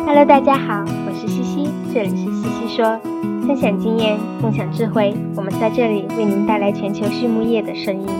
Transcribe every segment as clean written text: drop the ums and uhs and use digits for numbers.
Hello， 大家好，我是西西，这里是西西说，分享经验，共享智慧，我们在这里为您带来全球畜牧业的声音。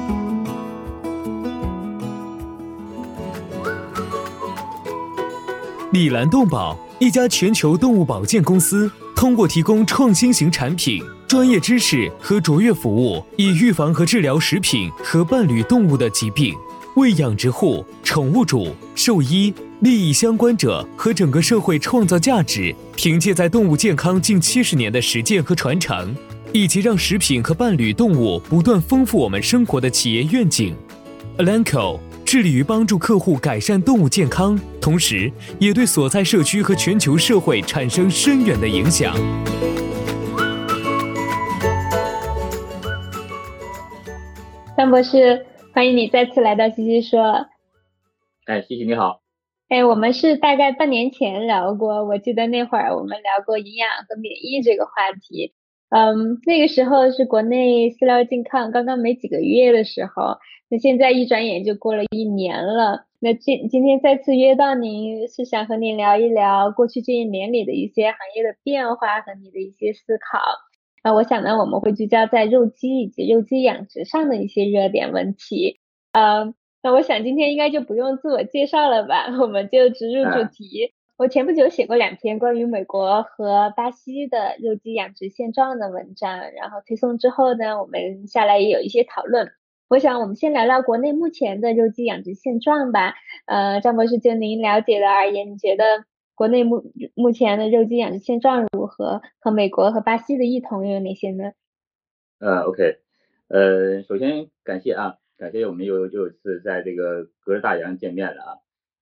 李兰动保，一家全球动物保健公司，通过提供创新型产品、专业知识和卓越服务，以预防和治疗食品和伴侣动物的疾病，为养殖户、宠物主、兽医、利益相关者和整个社会创造价值。凭借在动物健康近70年的实践和传承，以及让食品和伴侣动物不断丰富我们生活的企业愿景 ，Elanco 致力于帮助客户改善动物健康，同时也对所在社区和全球社会产生深远的影响。 张博士，欢迎你再次来到西西说。 西西你好。 我们是大概半年前聊过，我记得那会儿我们聊过营养和免疫这个话题。那个时候是国内饲料禁抗刚刚没几个月的时候，那现在一转眼就过了1年了。那今天再次约到您，是想和您聊一聊过去这1年里的一些行业的变化和你的一些思考。我想呢，我们会聚焦在肉鸡以及肉鸡养殖上的一些热点问题。那我想今天应该就不用自我介绍了吧，我们就直入主题。我前不久写过2篇关于美国和巴西的肉鸡养殖现状的文章，然后推送之后呢，我们下来也有一些讨论。我想我们先聊聊国内目前的肉鸡养殖现状吧。张博士，就您了解的而言，你觉得国内目前的肉鸡养殖现状如何？和美国和巴西的异同又有哪些呢 ？OK， 首先感谢我们又一次在这个隔着大洋见面了啊。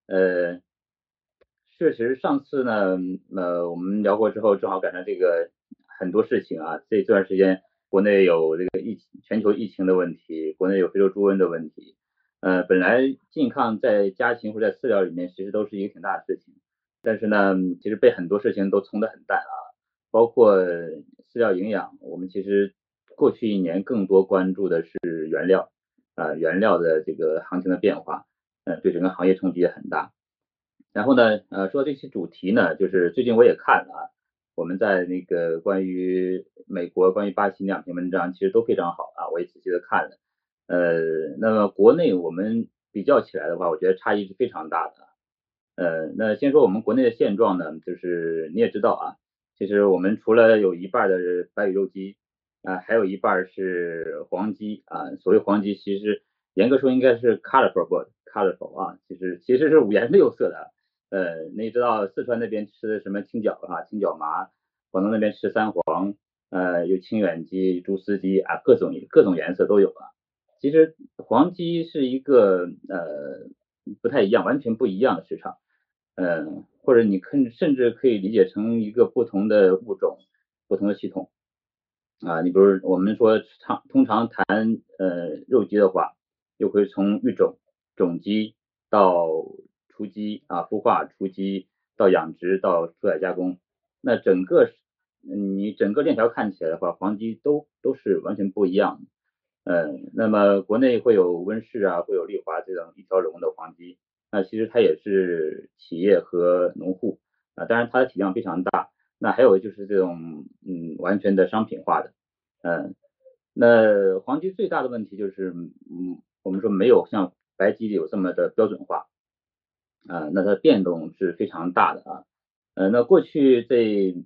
确实上次呢，我们聊过之后，正好赶上这个很多事情啊。这段时间国内有这个全球疫情的问题，国内有非洲猪瘟的问题。本来禁抗在家禽或者在饲料里面其实都是一个挺大的事情，但是呢，其实被很多事情都冲得很淡啊，包括饲料营养，我们其实过去1年更多关注的是原料的这个行情的变化，对整个行业冲击也很大。然后呢，说这期主题呢，就是最近我也看了啊，我们在那个关于美国、关于巴西2篇文章，其实都非常好啊，我也仔细的看了。那么国内我们比较起来的话，我觉得差异是非常大的。那先说我们国内的现状呢，就是你也知道啊，其实我们除了有一半的白羽肉鸡还有一半是黄鸡啊。所谓黄鸡，其实严格说应该是 colorful 啊，其实是五颜六色的。你也知道四川那边吃的什么青角麻，广东那边吃三黄，有清远鸡、蛛丝鸡啊，各种颜色都有啊。其实黄鸡是一个不太一样，完全不一样的市场。或者你甚至可以理解成一个不同的物种、不同的系统啊。你比如我们说通常谈肉鸡的话，又会从育种、种鸡到雏鸡啊，孵化、雏鸡到养殖到屠宰加工，那你整个链条看起来的话，黄鸡都是完全不一样的。那么国内会有温氏啊，会有丽华这种一条龙的黄鸡，那其实它也是企业和农户啊，当然它的体量非常大。那还有就是这种完全的商品化的。那黄鸡最大的问题就是我们说没有像白鸡有这么的标准化啊，那它变动是非常大的啊。那过去这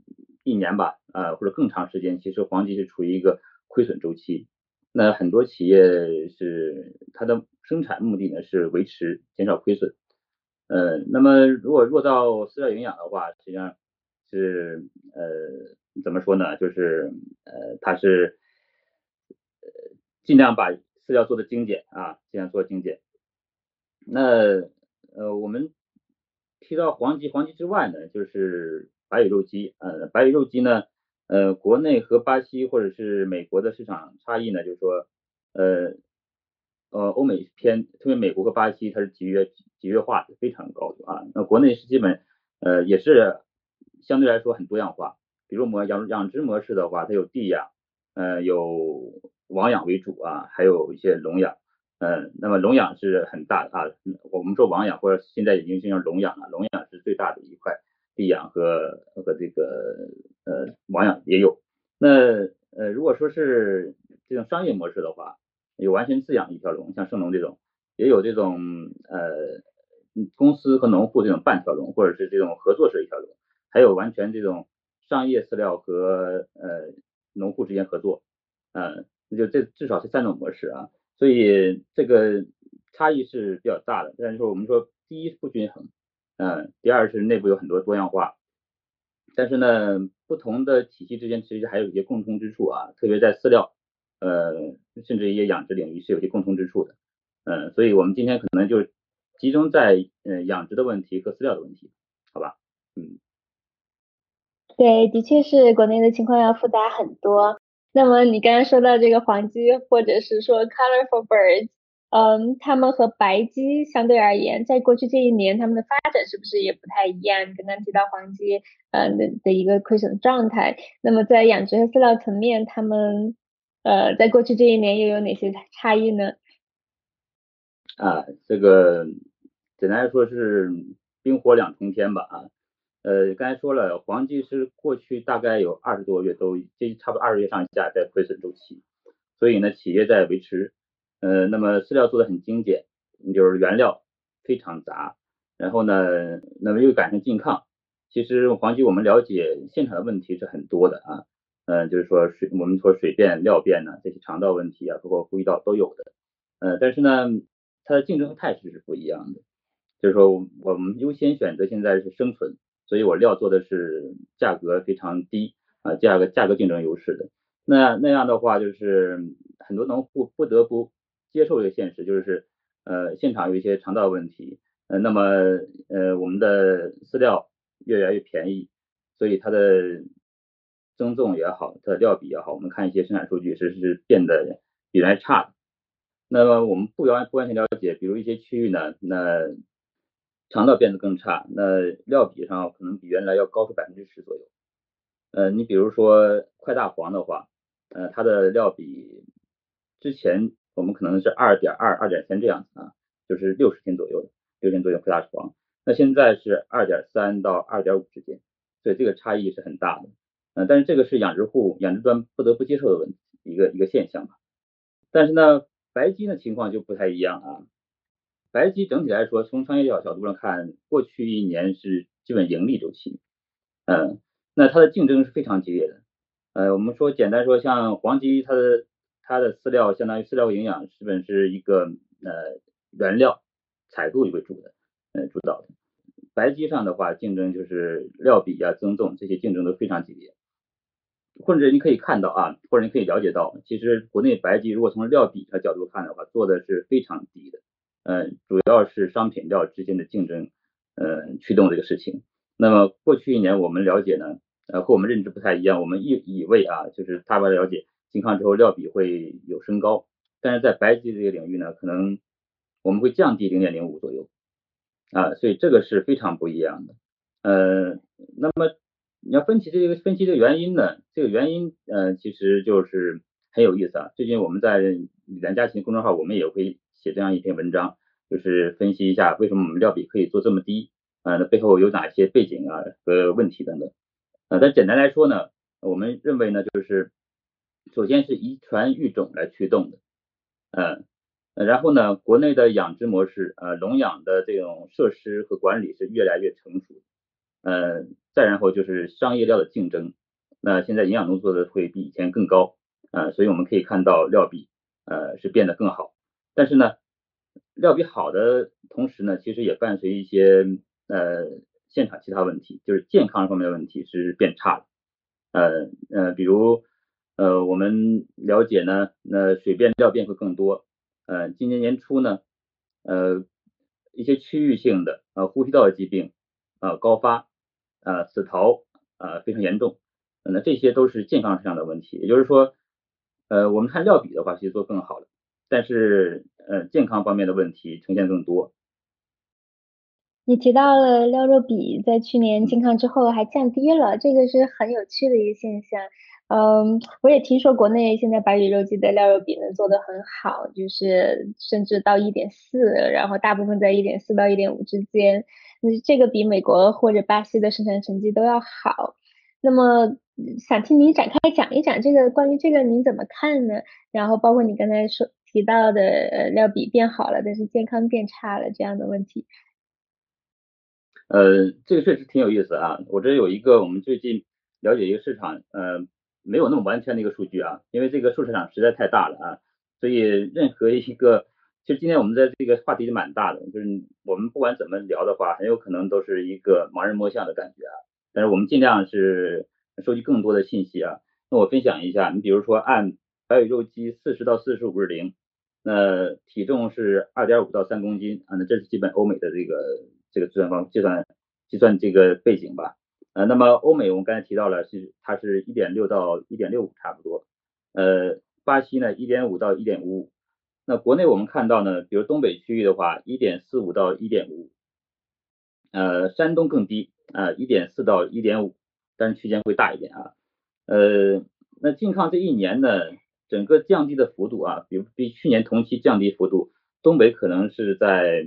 1年吧或者更长时间，其实黄鸡是处于一个亏损周期。那很多企业是它的生产目的呢是维持减少亏损。那么如果落到饲料营养的话，实际上是怎么说呢？就是它是尽量把饲料做的精简啊，尽量做精简。那我们提到黄鸡之外呢，就是白羽肉鸡。白羽肉鸡呢，国内和巴西或者是美国的市场差异呢，就是说，欧美偏，特别美国和巴西，它是集约化的非常高的啊。那国内是基本也是相对来说很多样化。比如养殖模式的话，它有地养，有网养为主啊，还有一些笼养。那么笼养是很大的啊。我们说网养或者现在已经进入笼养了，笼养是最大的一块。 地养和这个网养也有。那如果说是这种商业模式的话，有完全自养一条龙，像圣农这种，也有这种公司和农户这种半条龙，或者是这种合作式一条龙，还有完全这种商业饲料和农户之间合作，那就这至少是3种模式啊，所以这个差异是比较大的。但是说我们说第一不均衡，第二是内部有很多多样化，但是呢，不同的体系之间其实还有一些共通之处啊，特别在饲料，甚至一些养殖领域是有些共通之处的，所以我们今天可能就集中在养殖的问题和饲料的问题，好吧？ 对，的确是国内的情况要复杂很多。那么你刚刚说到这个黄鸡，或者是说 colorful birds，它们和白鸡相对而言，在过去这一年，它们的发展是不是也不太一样？你刚刚提到黄鸡，的一个亏损状态。那么在养殖和饲料层面，它们在过去这一年又有哪些差异呢？ 这个简单来说是冰火两重天吧啊。刚才说了，黄鸡是过去大概有20多个月都差不多20月上下在亏损周期，所以呢，企业在维持，那么饲料做的很精简，就是原料非常杂，然后呢，那么又赶上禁抗，其实黄鸡我们了解现场的问题是很多的啊，就是说我们说水变、料变呢，这些肠道问题啊，包括呼吸道都有的，但是呢，它的竞争态势是不一样的，就是说我们优先选择现在是生存。所以我料做的是价格非常低啊，价格竞争优势的。那样的话，就是很多农户不得不接受这个现实，就是现场有一些肠道问题，那么我们的饲料越来越便宜，所以它的增重也好，它的料比也好，我们看一些生产数据是变得比原来差的。那么我们不完全了解，比如一些区域呢，那肠道变得更差，那料比上可能比原来要高出10%左右。你比如说快大黄的话，它的料比之前我们可能是2.2、2.3这样子啊，就是60天左右的，60天左右快大黄。那现在是2.3到2.5之间，所以这个差异是很大的。但是这个是养殖端不得不接受的问题，一个现象吧。但是呢，白鸡的情况就不太一样啊。白鸡整体来说，从商业角度上看，过去一年是基本盈利周期。嗯，那它的竞争是非常激烈的。我们说简单说，像黄鸡，它的饲料相当于饲料营养基本是一个原料采购为主的，主导的。白鸡上的话，竞争就是料比啊、增重这些竞争都非常激烈。或者你可以看到啊，或者你可以了解到，其实国内白鸡如果从料比的角度看的话，做的是非常低的。主要是商品料之间的竞争，驱动这个事情。那么过去一年我们了解呢，和我们认知不太一样，我们以为啊，就是大概了解禁抗之后料比会有升高，但是在白鸡这个领域呢，可能我们会降低0.05左右啊，所以这个是非常不一样的。那么你要分析这个原因呢，这个原因其实就是很有意思啊。最近我们在李兰佳琦公众号，我们也会写这样一篇文章，就是分析一下为什么我们料比可以做这么低，那背后有哪些背景啊和问题等等。但简单来说呢，我们认为呢，就是首先是遗传育种来驱动的，然后呢，国内的养殖模式，笼养的这种设施和管理是越来越成熟，再然后就是商业料的竞争，那现在营养浓度的会比以前更高，所以我们可以看到料比是变得更好，但是呢，料比好的同时呢，其实也伴随一些现场其他问题，就是健康方面的问题是变差的，比如我们了解呢，那水变料变会更多，今年年初呢，一些区域性的呼吸道的疾病高发，死逃非常严重，那这些都是健康上的问题，也就是说，我们看料比的话，其实做更好了，但是健康方面的问题呈现更多。 你提到了料肉比在去年禁抗之后还降低了，这个是很有趣的一个现象。 我也听说国内现在白羽肉鸡的料肉比呢做得很好，就是甚至到1.4，然后大部分在1.4到1.5之间，这个比美国或者巴西的生产成绩都要好。那么想听您展开讲一讲这个关于这个您怎么看呢？然后包括你刚才提到的料比变好了，但是健康变差了这样的问题。 这个确实挺有意思啊。我这有一个我们最近了解一个市场，没有那么完全的一个数据啊，因为这个市场实在太大了啊，所以任何一个，其实今天我们在这个话题就蛮大的，就是我们不管怎么聊的话，很有可能都是一个盲人摸象的感觉啊。但是我们尽量是收集更多的信息啊。那我分享一下，你比如说按白羽肉鸡40到45日龄，那体重是2.5到3公斤啊，那这是基本欧美的这个计算这个背景吧。那么欧美我们刚才提到了它是1.6到1.65差不多，巴西呢1.5到1.55，那国内我们看到呢，比如东北区域的话1.45到1.5，山东更低1.4到1.5，但是区间会大一点啊。那靖康这一年呢，整个降低的幅度啊，比去年同期降低幅度，东北可能是在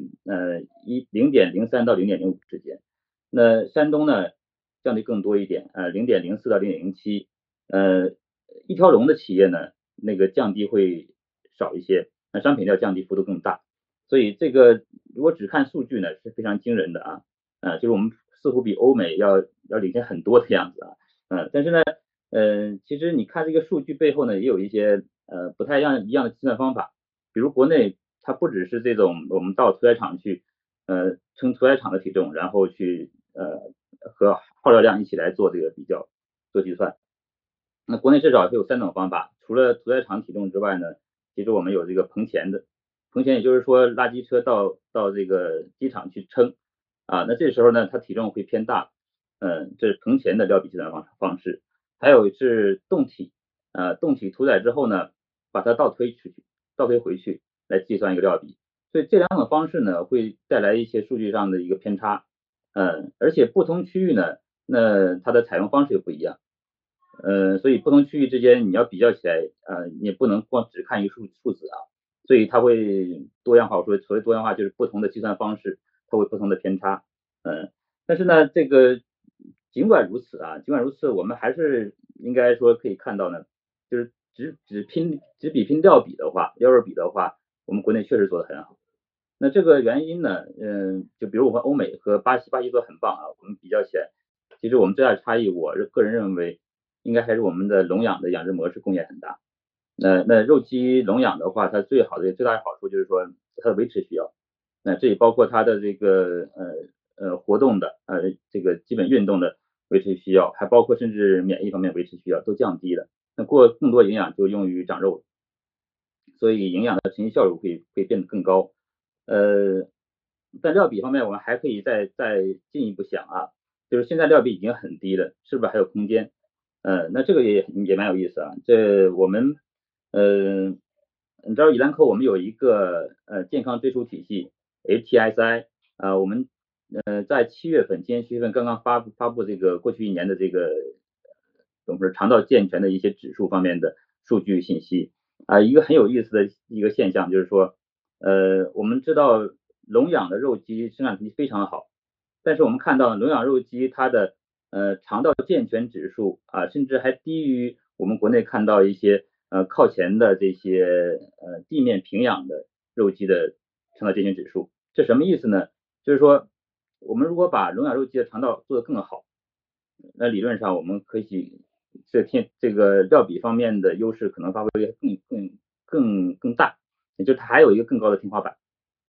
0.03到0.05之间，那山东呢降低更多一点0.04到0.07，一条龙的企业呢那个降低会少一些，那商品料降低幅度更大，所以这个如果只看数据呢是非常惊人的啊。就是我们似乎比欧美要领先很多的样子啊。但是呢，其实你看这个数据背后呢，也有一些不太一样的计算方法。比如国内它不只是这种我们到屠宰场去，称屠宰场的体重，然后去和耗料量一起来做这个比较做计算。那国内至少是有3种方法，除了屠宰场体重之外呢，其实我们有这个棚前的，棚前也就是说垃圾车到这个机场去称。那这时候呢，它体重会偏大，这是棚前的料比计算方式。还有是动体，动体屠宰之后呢，把它倒推回去来计算一个料比。所以这2种方式呢，会带来一些数据上的一个偏差，而且不同区域呢，那它的采用方式也不一样，所以不同区域之间你要比较起来，你也不能光只看一个数字啊，所以它会多样化。我说所谓多样化就是不同的计算方式，它会不同的偏差，但是呢，这个尽管如此，我们还是应该说可以看到呢，就是只比拼料比的话，料肉比的话，我们国内确实做得很好。那这个原因呢，就比如我们欧美和巴西做得很棒啊，我们比较起来，其实我们最大的差异，我个人认为应该还是我们的笼养的养殖模式贡献很大。那肉鸡笼养的话，它最大的好处就是说它的维持需要，那这也包括它的这个活动的这个基本运动的维持需要，还包括甚至免疫方面维持需要都降低了。那更多营养就用于长肉，所以营养的成绩效率会变得更高。在料比方面，我们还可以再进一步想啊，就是现在料比已经很低了，是不是还有空间？那这个也蛮有意思啊。这我们你知道以兰蔻我们有一个健康追溯体系 HTSI 我们在今年7月份刚刚发布这个过去1年的这个我们说肠道健全的一些指数方面的数据信息一个很有意思的一个现象就是说，我们知道笼养的肉鸡生长成绩非常好，但是我们看到笼养肉鸡它的肠道健全指数甚至还低于我们国内看到一些靠前的这些地面平养的肉鸡的肠道健全指数。这什么意思呢？就是说我们如果把笼养肉鸡的肠道做得更好，那理论上我们可以这个料比方面的优势可能发挥更大，也就它还有一个更高的天花板。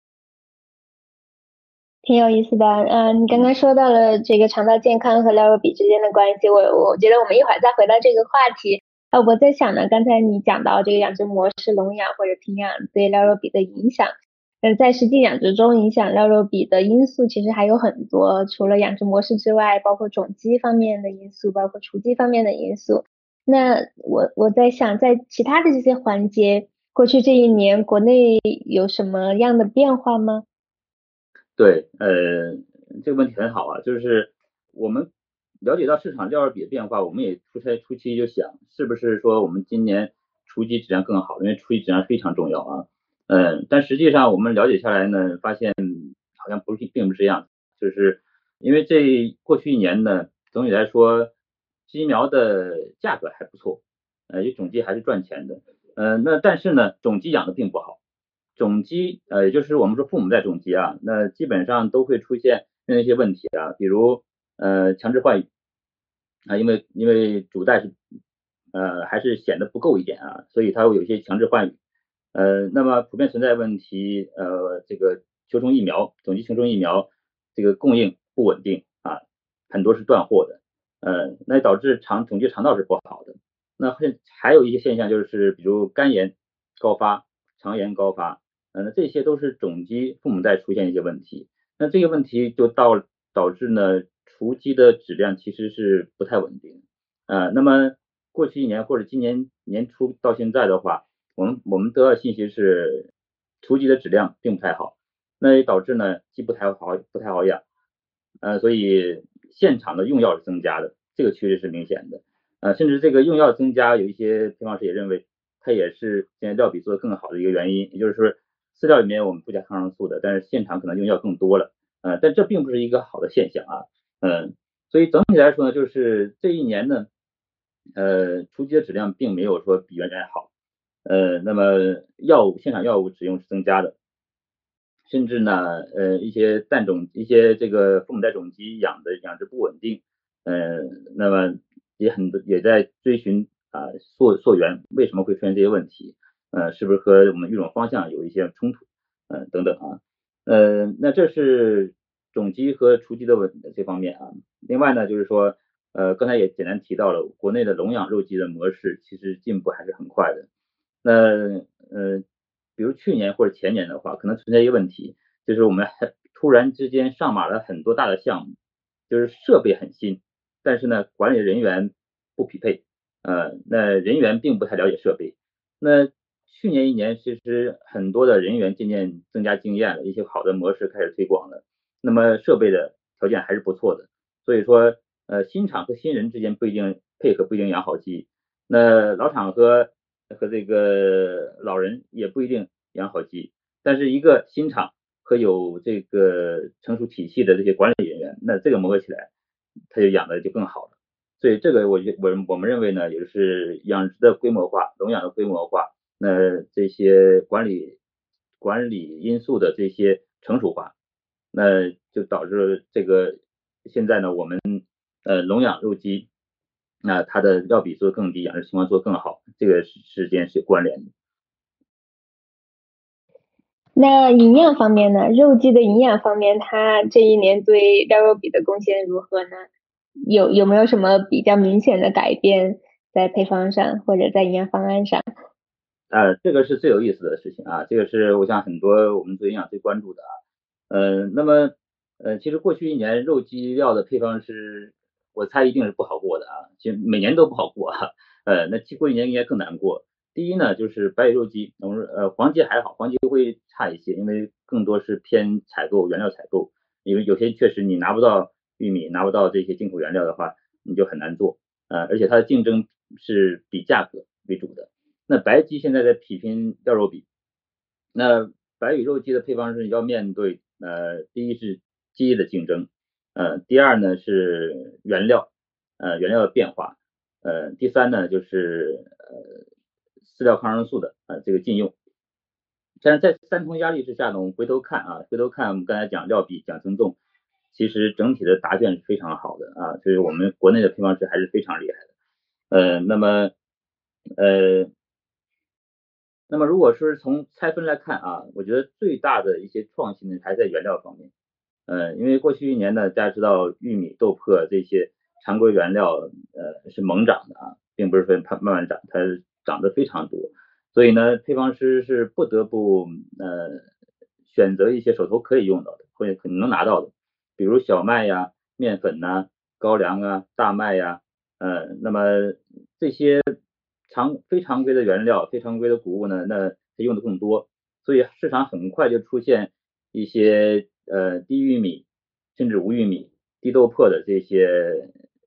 挺有意思的，你刚刚说到了这个肠道健康和料肉比之间的关系，我觉得我们一会儿再回到这个话题。我在想呢，刚才你讲到这个养殖模式笼养或者平养对料肉比的影响，在实际养殖中影响料肉比的因素其实还有很多，除了养殖模式之外，包括种鸡方面的因素，包括雏鸡方面的因素。那我在想，在其他的这些环节，过去这一年国内有什么样的变化吗？ 对，这个问题很好啊，就是我们了解到市场料料比的变化，我们也初期就想，是不是说我们今年雏鸡质量更好，因为雏鸡质量非常重要啊。但实际上我们了解下来呢，发现好像并不是这样，就是因为这过去一年呢，总体来说鸡苗的价格还不错，因为种鸡还是赚钱的。那但是呢，种鸡养的并不好，种鸡也就是我们说父母在种鸡啊，那基本上都会出现那些问题啊，比如强制换羽啊，因为主代是还是显得不够一点啊，所以它会有一些强制换羽。那么普遍存在问题，这个球虫疫苗，种鸡球虫疫苗这个供应不稳定啊，很多是断货的，那导致种鸡肠道是不好的。那还有一些现象就是，比如肝炎高发、肠炎高发，那这些都是种鸡父母代出现一些问题。那这个问题就导致呢，雏鸡的质量其实是不太稳定。那么过去一年或者今年年初到现在的话，我们得到的信息是雏鸡的质量并不太好，那也导致呢鸡不太好养，所以现场的用药是增加的，这个确实是明显的。甚至这个用药增加，有一些配方师也认为它也是现在料比做的更好的一个原因，也就是说饲料里面我们不加抗生素的，但是现场可能用药更多了，但这并不是一个好的现象啊，所以整体来说呢，就是这一年呢，雏鸡的质量并没有说比原来好，那么现场药物使用是增加的，甚至呢，一些这个父母代种鸡养殖不稳定，那么也在追寻溯源，为什么会出现这些问题？是不是和我们育种方向有一些冲突？等等啊，那这是种鸡和雏鸡的这方面啊。另外呢，就是说，刚才也简单提到了，国内的笼养肉鸡的模式其实进步还是很快的。那比如去年或者前年的话，可能存在一个问题，就是我们还突然之间上马了很多大的项目，就是设备很新，但是呢，管理人员不匹配，那人员并不太了解设备。那去年一年，其实很多的人员渐渐增加经验了，一些好的模式开始推广了，那么设备的条件还是不错的。所以说，新厂和新人之间不一定配合，不一定养好鸡。那老厂和这个老人也不一定养好鸡，但是一个新厂和有这个成熟体系的这些管理人员，那这个磨合起来，他就养的就更好了。所以这个我们认为呢，也就是养殖的规模化、笼养的规模化，那这些管理因素的这些成熟化，那就导致这个现在呢，我们笼养肉鸡，那它的料比做得更低，养殖情况做得更好，这个之间是有关联的。 那营养方面呢？肉鸡的营养方面，它这一年对料肉比的贡献如何呢？有没有什么比较明显的改变在配方上或者在营养方案上？ 这个是最有意思的事情啊，这个是我想很多我们做营养最关注的啊。那么其实过去一年肉鸡料的配方是，我猜一定是不好过的啊，其实每年都不好过啊。那过一年应该更难过。第一呢，就是白羽肉鸡，黄鸡还好，黄鸡会差一些，因为更多是偏原料采购，因为有些确实你拿不到玉米，拿不到这些进口原料的话，你就很难做。而且它的竞争是比价格为主的。那白鸡现在在比拼料肉比，那白羽肉鸡的配方是要面对第一是鸡的竞争，第二呢是原料的变化，第三呢就是饲料抗生素的这个禁用。但是在三重压力之下呢，我们回头看我们刚才讲料比讲增重，其实整体的答卷是非常好的啊，所以我们国内的配方师还是非常厉害的。那么呃那么如果说是从拆分来看啊，我觉得最大的一些创新呢还在原料方面。因为过去一年呢，大家知道玉米、豆粕这些常规原料是猛涨的啊，并不是说它慢慢涨，它涨得非常多。所以呢，配方师是不得不选择一些手头可以用到的，或者可能拿到的，比如小麦呀、面粉呐、高粱啊、大麦呀，那么这些非常规的原料、非常规的谷物呢，那它用的更多，所以市场很快就出现一些低玉米甚至无玉米、低豆粕的这些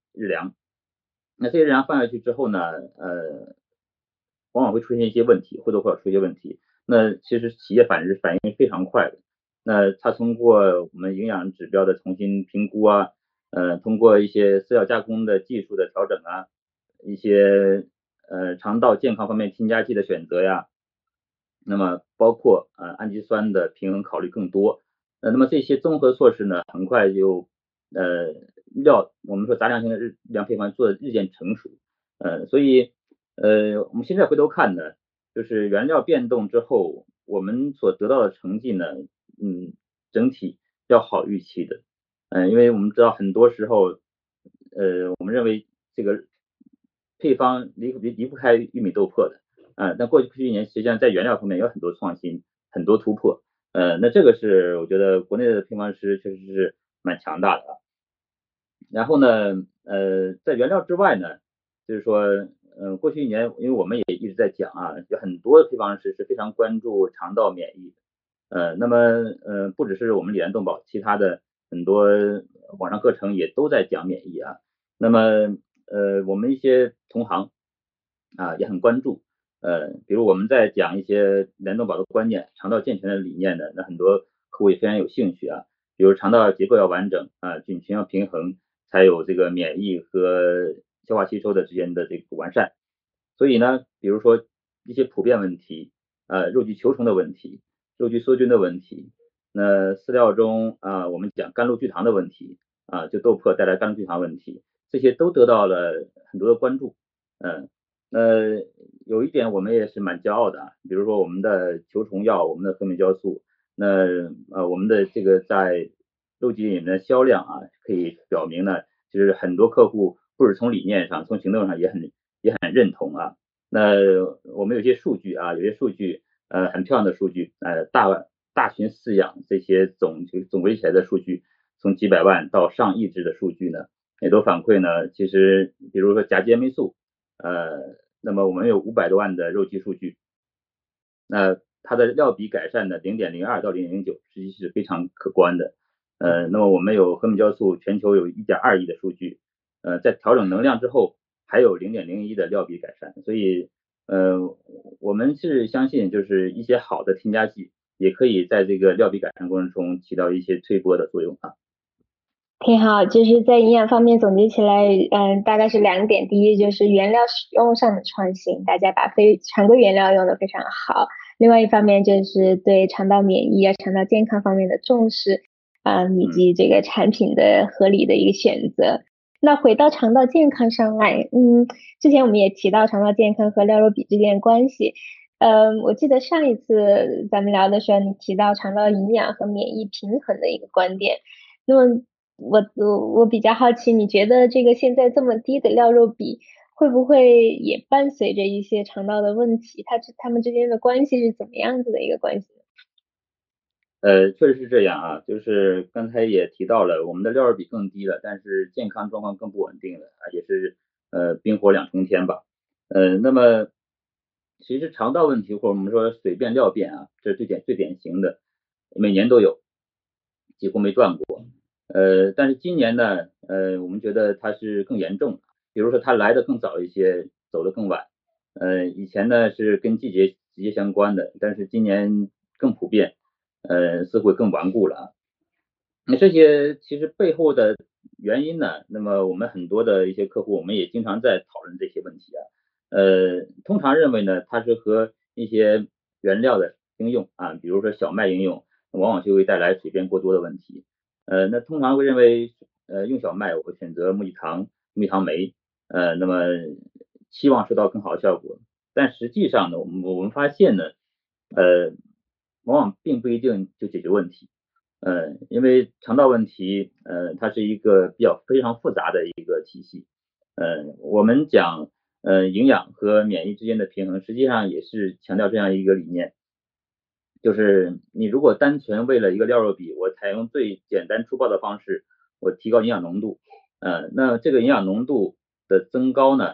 日粮。那这些日粮放下去之后呢，往往会出现一些问题，或多或少出一些问题。那其实企业反应非常快的。那它通过我们营养指标的重新评估啊，通过一些饲料加工的技术的调整啊，一些肠道健康方面添加剂的选择呀，那么包括氨基酸的平衡考虑更多。那么这些综合措施呢，很快就我们说杂粮型的日粮配方做的日渐成熟。所以我们现在回头看呢，就是原料变动之后，我们所得到的成绩呢，整体要好预期的。因为我们知道很多时候，我们认为这个配方离不开玉米豆粕的。但过去一年实际上在原料方面有很多创新，很多突破。那这个是我觉得国内的配方师确实是蛮强大的啊。然后呢，在原料之外呢，就是说，过去一年，因为我们也一直在讲啊，有很多配方师是非常关注肠道免疫的。那么不只是我们李安动保，其他的很多网上课程也都在讲免疫啊。那么我们一些同行啊也很关注。比如我们在讲一些李安动保的观念、肠道健全的理念的，那很多客户也非常有兴趣啊。比如肠道结构要完整啊，菌群要平衡，才有这个免疫和消化吸收的之间的这个完善。所以呢，比如说一些普遍问题，肉菊球虫的问题，肉菊梭菌的问题，那饲料中我们讲甘露聚糖的问题就豆粕带来甘露聚糖问题，这些都得到了很多的关注。那有一点我们也是蛮骄傲的啊，比如说我们的球虫药，我们的禾敏胶素，那我们的这个在肉菊里面的销量可以表明呢，就是很多客户不是从理念上，从行动上也很认同啊。那我们有些数据很漂亮的数据，大群饲养这些总围起来的数据，从几百万到上亿只的数据呢，也都反馈呢，其实比如说甲基霉素，那么我们有500多万的肉鸡数据，那它的料比改善的0.02到0.09，实际是非常可观的。那么我们有禾敏胶素全球有1.2亿的数据，在调整能量之后还有0.01的料比改善，所以我们是相信就是一些好的添加剂也可以在这个料比改善过程中起到一些推波的作用啊。 挺好，就是在营养方面总结起来，大概是2点。第一就是原料使用上的创新，大家把常规原料用的非常好。另外一方面就是对肠道免疫肠道健康方面的重视，以及这个产品的合理的一个选择。那回到肠道健康上来，之前我们也提到肠道健康和料肉比之间的关系。我记得上一次咱们聊的时候，你提到肠道营养和免疫平衡的一个观点。那么我比较好奇，你觉得这个现在这么低的料肉比，会不会也伴随着一些肠道的问题？它们之间的关系是怎么样子的一个关系呢？ 确实是这样啊，就是刚才也提到了，我们的料肉比更低了，但是健康状况更不稳定了也是冰火两重天吧。那么其实肠道问题或者我们说水变料变这是最典型的，每年都有，几乎没断过。但是今年呢，我们觉得它是更严重，比如说它来的更早一些，走得更晚。以前呢是跟季节直接相关的，但是今年更普遍，似乎更顽固了那这些其实背后的原因呢，那么我们很多的一些客户，我们也经常在讨论这些问题通常认为呢，它是和一些原料的应用比如说小麦应用，往往就会带来水变过多的问题。那通常会认为，用小麦我会选择木吉糖酶，那么期望收到更好的效果。但实际上呢，我们发现呢，往往并不一定就解决问题。因为肠道问题，它是一个非常复杂的一个体系。我们讲，营养和免疫之间的平衡，实际上也是强调这样一个理念。就是你如果单纯为了一个料肉比，我采用最简单粗暴的方式，我提高营养浓度，那这个营养浓度的增高呢，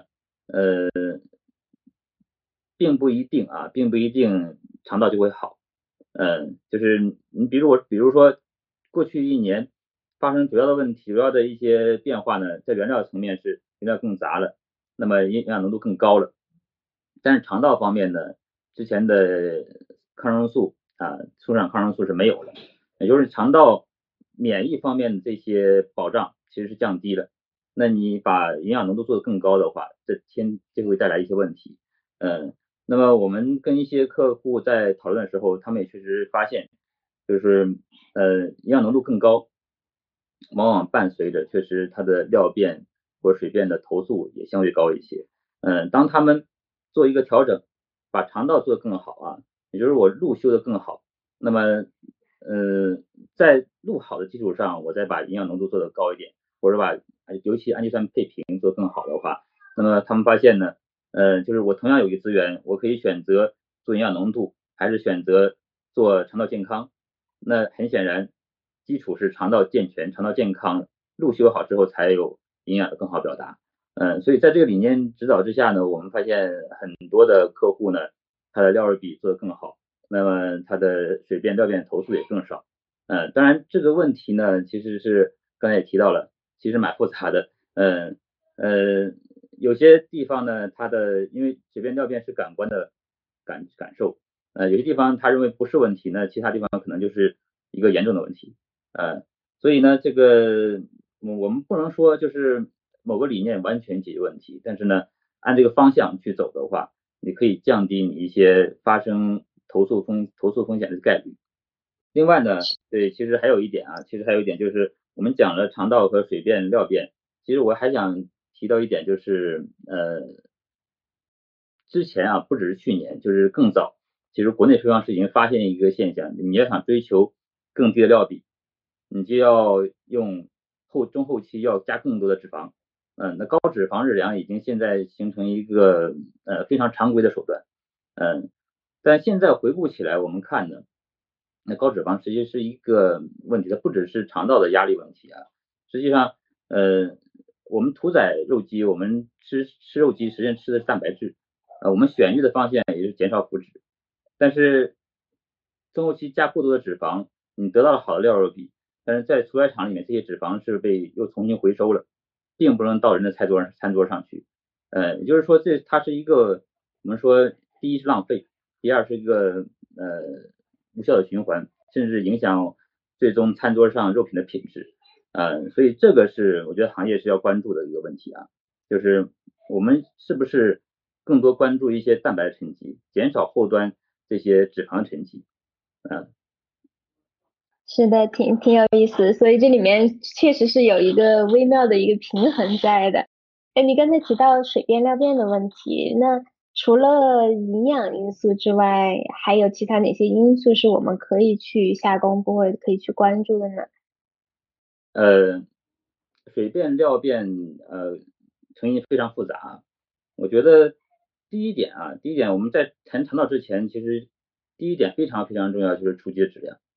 并不一定肠道就会好。就是你比如说过去一年发生主要的问题，主要的一些变化呢，在原料层面是原料更杂了，那么营养浓度更高了。但是肠道方面呢，之前的抗生素出厂抗生素是没有了，也就是肠道免疫方面的这些保障其实是降低了。那你把营养浓度做得更高的话，这会带来一些问题。那么我们跟一些客户在讨论的时候，他们也确实发现，就是营养浓度更高，往往伴随着确实它的尿便或水便的投诉也相对高一些。当他们做一个调整，把肠道做得更好啊，也就是我路修得更好，那么在路好的基础上，我再把营养浓度做得高一点，或者把尤其氨基酸配平做得更好的话，那么他们发现呢，就是我同样有一个资源，我可以选择做营养浓度，还是选择做肠道健康。那很显然，基础是肠道健全、肠道健康，路修好之后才有营养的更好表达。所以在这个理念指导之下呢，我们发现很多的客户呢，他的尿比做得更好，那么他的水便、尿便投诉也更少。当然这个问题呢，其实是刚才也提到了，其实蛮复杂的。有些地方呢，它的因为水便、尿便是感官的感受，有些地方他认为不是问题呢，其他地方可能就是一个严重的问题。所以呢，这个我们不能说就是某个理念完全解决问题，但是呢，按这个方向去走的话，你可以降低你一些发生投诉风险的概率。另外呢，对，其实还有一点就是我们讲了肠道和水便、尿便，其实我还想提到一点，就是之前不只是去年，就是更早，其实国内推广师已经发现一个现象，你要想追求更低的尿比，你就要用中后期要加更多的脂肪。那高脂肪日粮已经现在形成一个非常常规的手段。但现在回顾起来，我们看呢，那高脂肪实际是一个问题，它不只是肠道的压力问题啊，实际上我们屠宰肉鸡，我们吃肉鸡实际上吃的是蛋白质，我们选育的方向也是减少腐殖，但是中后期加过多的脂肪，你得到了好的料肉比，但是在屠宰场里面这些脂肪是被又重新回收了，并不能到人的餐桌上去。也就是说它是一个我们说第一是浪费，第二是一个无效的循环，甚至影响最终餐桌上肉品的品质。所以这个是我觉得行业是要关注的一个问题啊，就是我们是不是更多关注一些蛋白沉积，减少后端这些脂肪沉积。 是的，挺有意思，所以这里面确实是有一个微妙的一个平衡在的。你刚才提到水便尿便的问题，那除了营养因素之外，还有其他哪些因素是我们可以去下功夫或者可以去关注的呢？ 水便尿便成因非常复杂。我觉得第一点我们在谈肠道之前，其实第一点非常非常重要，就是出鸡的质量。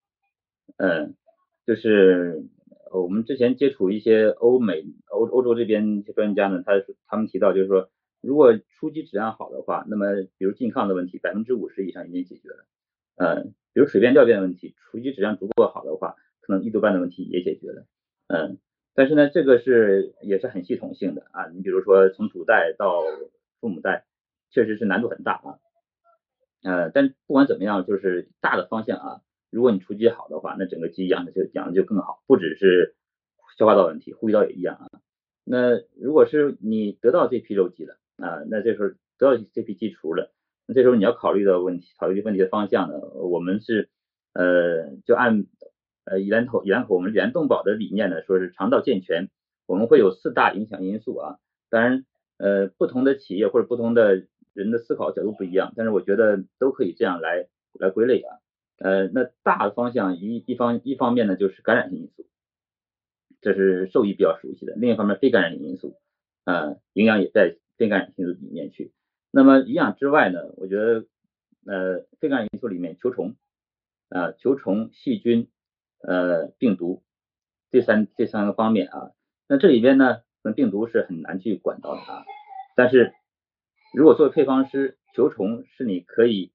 就是我们之前接触一些欧洲这边一些专家呢，他们提到就是说，如果出鸡质量好的话，那么比如健康的问题50%以上已经解决了。比如水便尿便的问题，出鸡质量足够好的话，可能1多半的问题也解决了。但是呢，这个也是很系统性的啊。你比如说从主代到父母代，确实是难度很大啊。但不管怎么样，就是大的方向啊，如果你出鸡好的话，那整个鸡养的就更好，不只是消化道问题，呼吸道也一样啊。那如果是你得到这批肉鸡了那这时候得到这批鸡雏了，那这时候你要考虑问题的方向呢，我们是就按以兰口我们联动宝的理念呢，说是肠道健全，我们会有4大影响因素啊。当然不同的企业或者不同的人的思考角度不一样，但是我觉得都可以这样来归类啊。那大的方向一方面呢就是感染性因素，这是兽医比较熟悉的，另一方面非感染性因素，营养也在非感染性因素里面去。那么营养之外呢，我觉得非感染因素里面球虫细菌病毒这三个方面啊。那这里边呢病毒是很难去管到的啊，但是如果作为配方师，球虫是你可以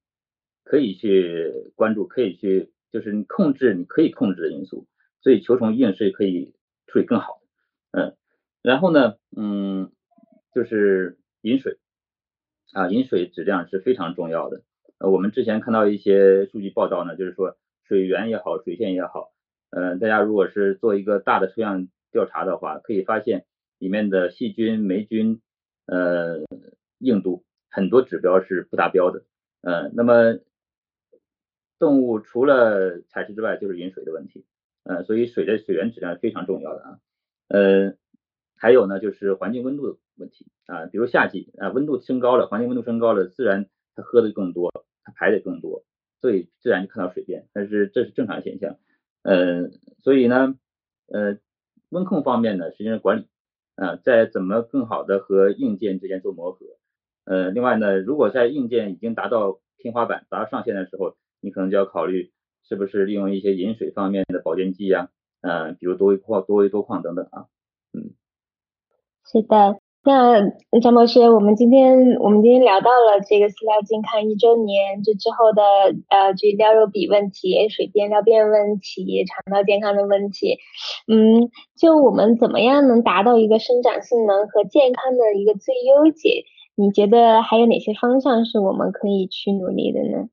去关注，就是你可以控制的因素，所以球虫一定是可以处理更好的。然后呢，就是饮水啊，饮水质量是非常重要的。我们之前看到一些数据报道呢，就是说水源也好，水线也好，大家如果是做一个大的抽样调查的话，可以发现里面的细菌、霉菌，硬度很多指标是不达标的。那么动物除了采食之外，就是饮水的问题。所以水的水源质量是非常重要的啊。还有呢，就是环境温度的问题啊，比如夏季啊，温度升高了，环境温度升高了，自然它喝的更多，它排的更多，所以自然就看到水变，但是这是正常现象。所以呢，温控方面呢，实际上管理在怎么更好的和硬件之间做磨合。另外呢，如果在硬件已经达到天花板、达到上限的时候，你可能就要考虑是不是利用一些饮水方面的保电机呀，比如多维多矿等等啊。 是的，那张博士，我们今天聊到了这个饲料健康1周年，这之后的这料肉比问题、水变料变问题、肠道健康的问题，就我们怎么样能达到一个生长性能和健康的一个最优解？你觉得还有哪些方向是我们可以去努力的呢？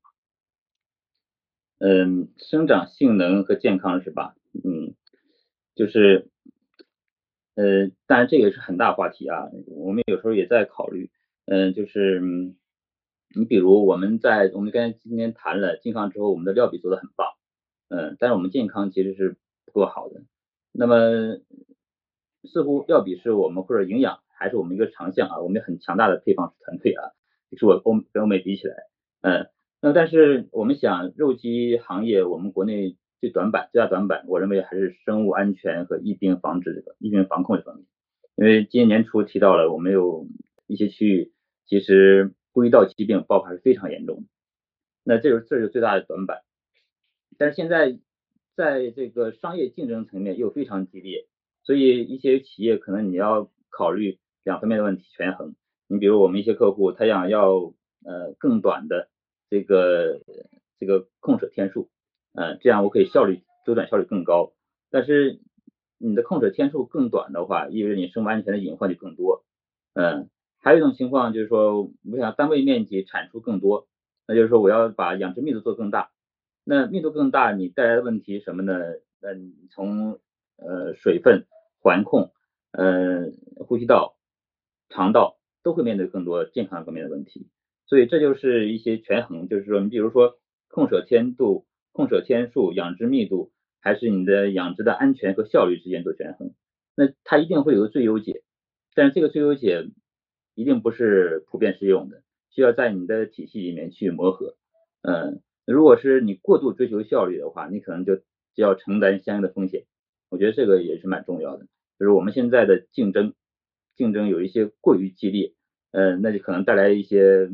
生长性能和健康是吧？就是当然这个是很大话题啊，我们有时候也在考虑。就是你比如我们刚才今天谈了健康之后，我们的料比做的很棒，但是我们健康其实是不够好的。那么似乎料比是我们或者营养还是我们一个长项啊，我们有很强大的配方团队啊，就是跟欧美比起来。那但是我们想肉鸡行业，我们国内最大短板，我认为还是生物安全和疫病防控这方面。因为今年年初提到了，我们有一些区域其实呼吸道疾病爆发是非常严重的，那这是最大的短板。但是现在在这个商业竞争层面又非常激烈，所以一些企业可能你要考虑两方面的问题权衡。你比如我们一些客户，他想要更短的这个控水天数，这样我可以周转效率更高。但是你的控水天数更短的话，意味着你生物安全的隐患就更多。还有一种情况就是说，我想单位面积产出更多，那就是说我要把养殖密度做更大。那密度更大，你带来的问题什么呢？你从水分、环控、呼吸道、肠道都会面对更多健康方面的问题。所以这就是一些权衡，就是说你比如说控水天度、控水天数、养殖密度，还是你的养殖的安全和效率之间做权衡。那它一定会有个最优解，但是这个最优解一定不是普遍适用的，需要在你的体系里面去磨合。如果是你过度追求效率的话，你可能就要承担相应的风险。我觉得这个也是蛮重要的，就是我们现在的竞争有一些过于激烈，那就可能带来一些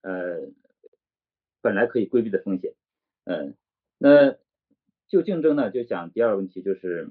本来可以规避的风险。那就竞争呢，就讲第二个问题就是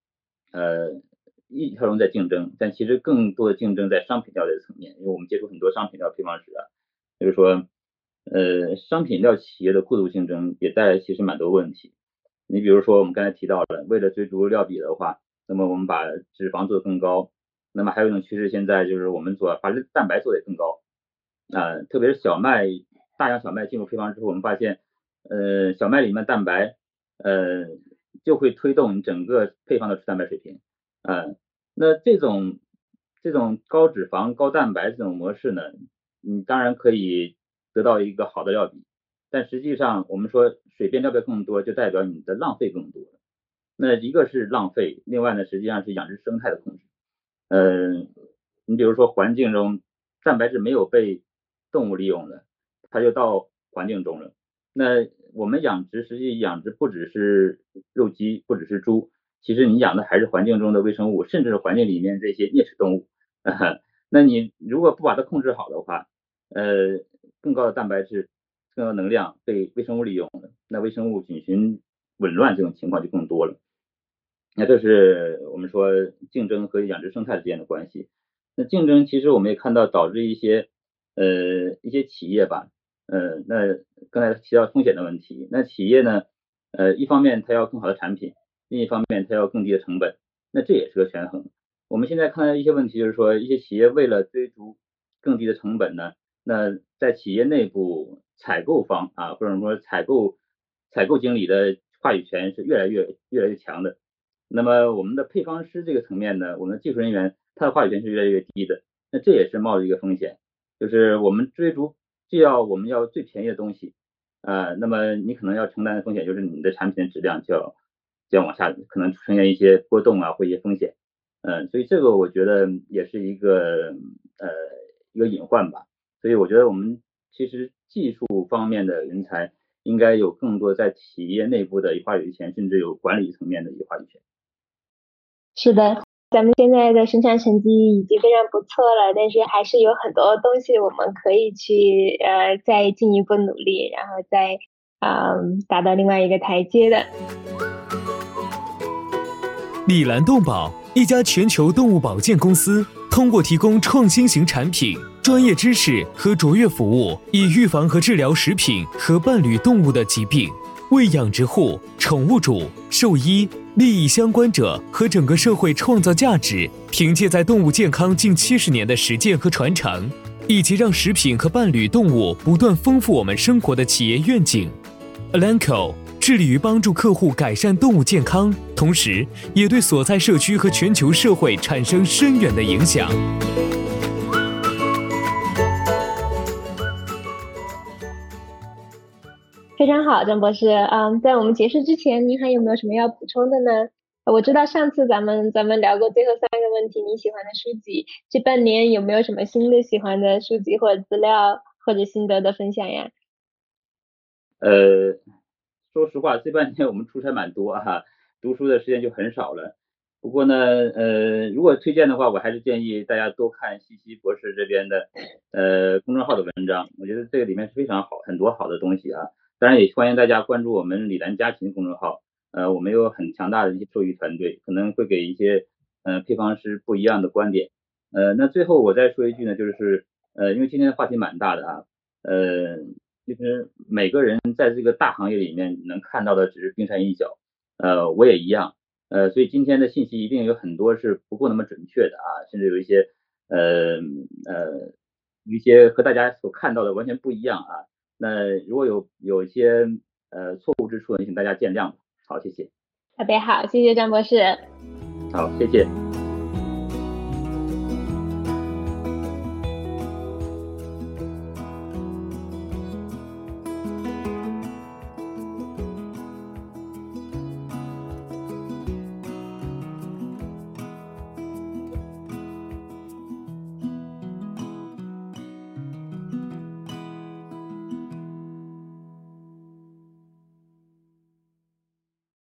一条龙在竞争，但其实更多的竞争在商品料的层面，因为我们接触很多商品料配方时啊，就是说商品料企业的过度竞争也带来其实蛮多问题。你比如说我们刚才提到了，为了追逐料比的话，那么我们把脂肪做得更高，那么还有一种趋势现在就是我们把蛋白做得也更高。特别是大量小麦进入配方之后，我们发现小麦里面蛋白就会推动你整个配方的蛋白水平。那这种高脂肪高蛋白这种模式呢，你当然可以得到一个好的料比，但实际上我们说水变料变更多，就代表你的浪费更多。那一个是浪费，另外呢实际上是养殖生态的控制。你比如说环境中蛋白质没有被动物利用了，它就到环境中了。那我们实际养殖不只是肉鸡，不只是猪，其实你养的还是环境中的微生物，甚至是环境里面这些啮齿动物。那你如果不把它控制好的话，更高的蛋白质、更高的能量被微生物利用了，那微生物菌群紊乱这种情况就更多了。那这是我们说竞争和养殖生态之间的关系。那竞争其实我们也看到导致一些企业吧，那刚才提到风险的问题，那企业呢，一方面它要更好的产品，另一方面它要更低的成本， 那这也是个权衡。我们现在看到一些问题，就是说一些企业为了追逐更低的成本呢，那在企业内部采购方啊，或者说采购经理的话语权是越来越强的。那么我们的配方师这个层面呢，我们的技术人员他的话语权是越来越低的。那这也是冒着一个风险，就是我们追逐我们要最便宜的东西，那么你可能要承担的风险就是你的产品的质量就要往下，可能出现一些波动啊或一些风险。所以这个我觉得也是一个隐患吧。所以我觉得我们其实技术方面的人才应该有更多在企业内部的话语权，甚至有管理层面的一个话语权。 是的，咱们现在的生产成绩已经非常不错了，但是还是有很多东西我们可以去再进一步努力，然后再达到另外一个台阶的。 李兰动保，一家全球动物保健公司，通过提供创新型产品、专业知识和卓越服务，以预防和治疗食品和伴侣动物的疾病，为养殖户、宠物主、兽医、利益相关者和整个社会创造价值。凭借在动物健康近70年的实践和传承，以及让食品和伴侣动物不断丰富我们生活的企业愿景 ，Elanco 致力于帮助客户改善动物健康，同时也对所在社区和全球社会产生深远的影响。 非常好，张博士。在我们结束之前，您还有没有什么要补充的呢？我知道上次咱们聊过最后3个问题，你喜欢的书籍，这半年有没有什么新的喜欢的书籍或者资料或者心得的分享呀？ 说实话，这半年我们出差蛮多啊，读书的时间就很少了。不过呢，如果推荐的话，我还是建议大家多看西西博士这边的公众号的文章，我觉得这个里面是非常好，很多好的东西啊。当然也欢迎大家关注我们李兰家禽公众号，我们有很强大的一些兽医团队，可能会给一些配方师不一样的观点。那最后我再说一句呢，就是因为今天的话题蛮大的啊，其实每个人在这个大行业里面能看到的只是冰山一角，我也一样，所以今天的信息一定有很多是不够那么准确的啊，甚至有一些和大家所看到的完全不一样啊。那如果有一些错误之处呢，请大家见谅。好，谢谢。 特别好，谢谢张博士。 好，谢谢。